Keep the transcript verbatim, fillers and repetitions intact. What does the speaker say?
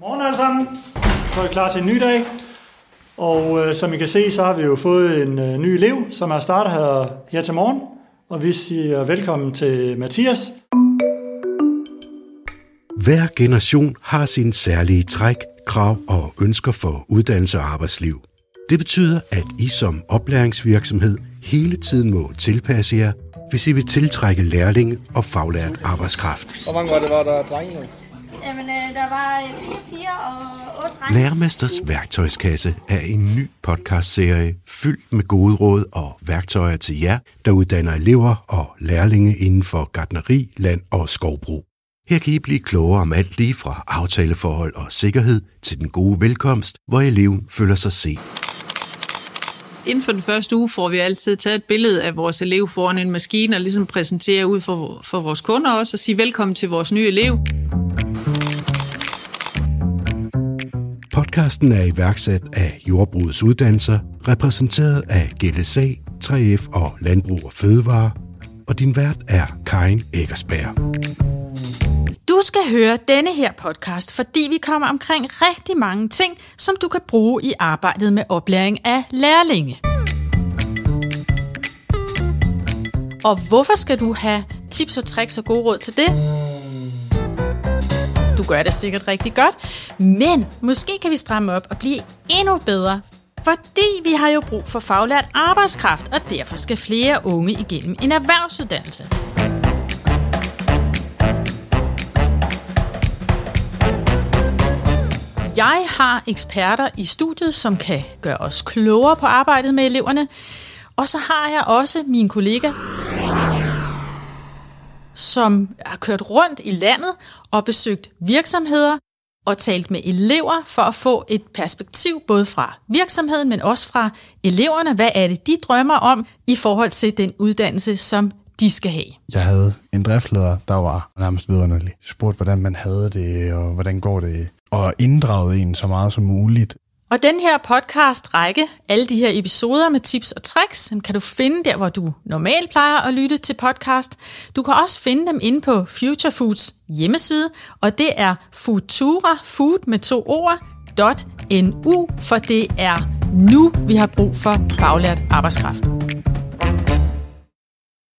Morgen alle sammen. Så er vi klar til en ny dag. Og øh, som I kan se, så har vi jo fået en øh, ny elev, som er startet her, her til morgen. Og vi siger velkommen til Mathias. Hver generation har sine særlige træk, krav og ønsker for uddannelse og arbejdsliv. Det betyder, at I som oplæringsvirksomhed hele tiden må tilpasse jer, hvis I vil tiltrække lærlinge og faglært arbejdskraft. Hvor mange var det, var der drenge? Jamen, der var fire piger og otte drenge. Lærermesters værktøjskasse er en ny podcastserie fyldt med gode råd og værktøjer til jer, der uddanner elever og lærlinge inden for gartneri, land og skovbrug. Her kan I blive klogere om alt lige fra aftaleforhold og sikkerhed til den gode velkomst, hvor eleven føler sig set. Inden for den første uge får vi altid taget et billede af vores elev foran en maskine og ligesom præsentere ud for, for vores kunder også og sige velkommen til vores nye elev. Podcasten er iværksat af Jordbrugets Uddannelser, repræsenteret af G L S A, tre F og Landbrug og Fødevare, og din vært er Karin Eggersberg. Du skal høre denne her podcast, fordi vi kommer omkring rigtig mange ting, som du kan bruge i arbejdet med oplæring af lærlinge. Og hvorfor skal du have tips og tricks og gode råd til det? Du gør det sikkert rigtig godt, men måske kan vi stramme op og blive endnu bedre, fordi vi har jo brug for faglært arbejdskraft, og derfor skal flere unge igennem en erhvervsuddannelse. Jeg har eksperter i studiet, som kan gøre os klogere på arbejdet med eleverne, og så har jeg også min kollega, som har kørt rundt i landet og besøgt virksomheder og talt med elever for at få et perspektiv både fra virksomheden, men også fra eleverne. Hvad er det, de drømmer om i forhold til den uddannelse, som de skal have? Jeg havde en driftleder, der var nærmest vidunderlig. Jeg spurgte, hvordan man havde det, og hvordan går det, og inddraget en så meget som muligt. Og den her podcast-række, alle de her episoder med tips og tricks, kan du finde der, hvor du normalt plejer at lytte til podcast. Du kan også finde dem inde på Future Foods hjemmeside, og det er Futura, food med to ord, .nu, for det er nu, vi har brug for faglært arbejdskraft.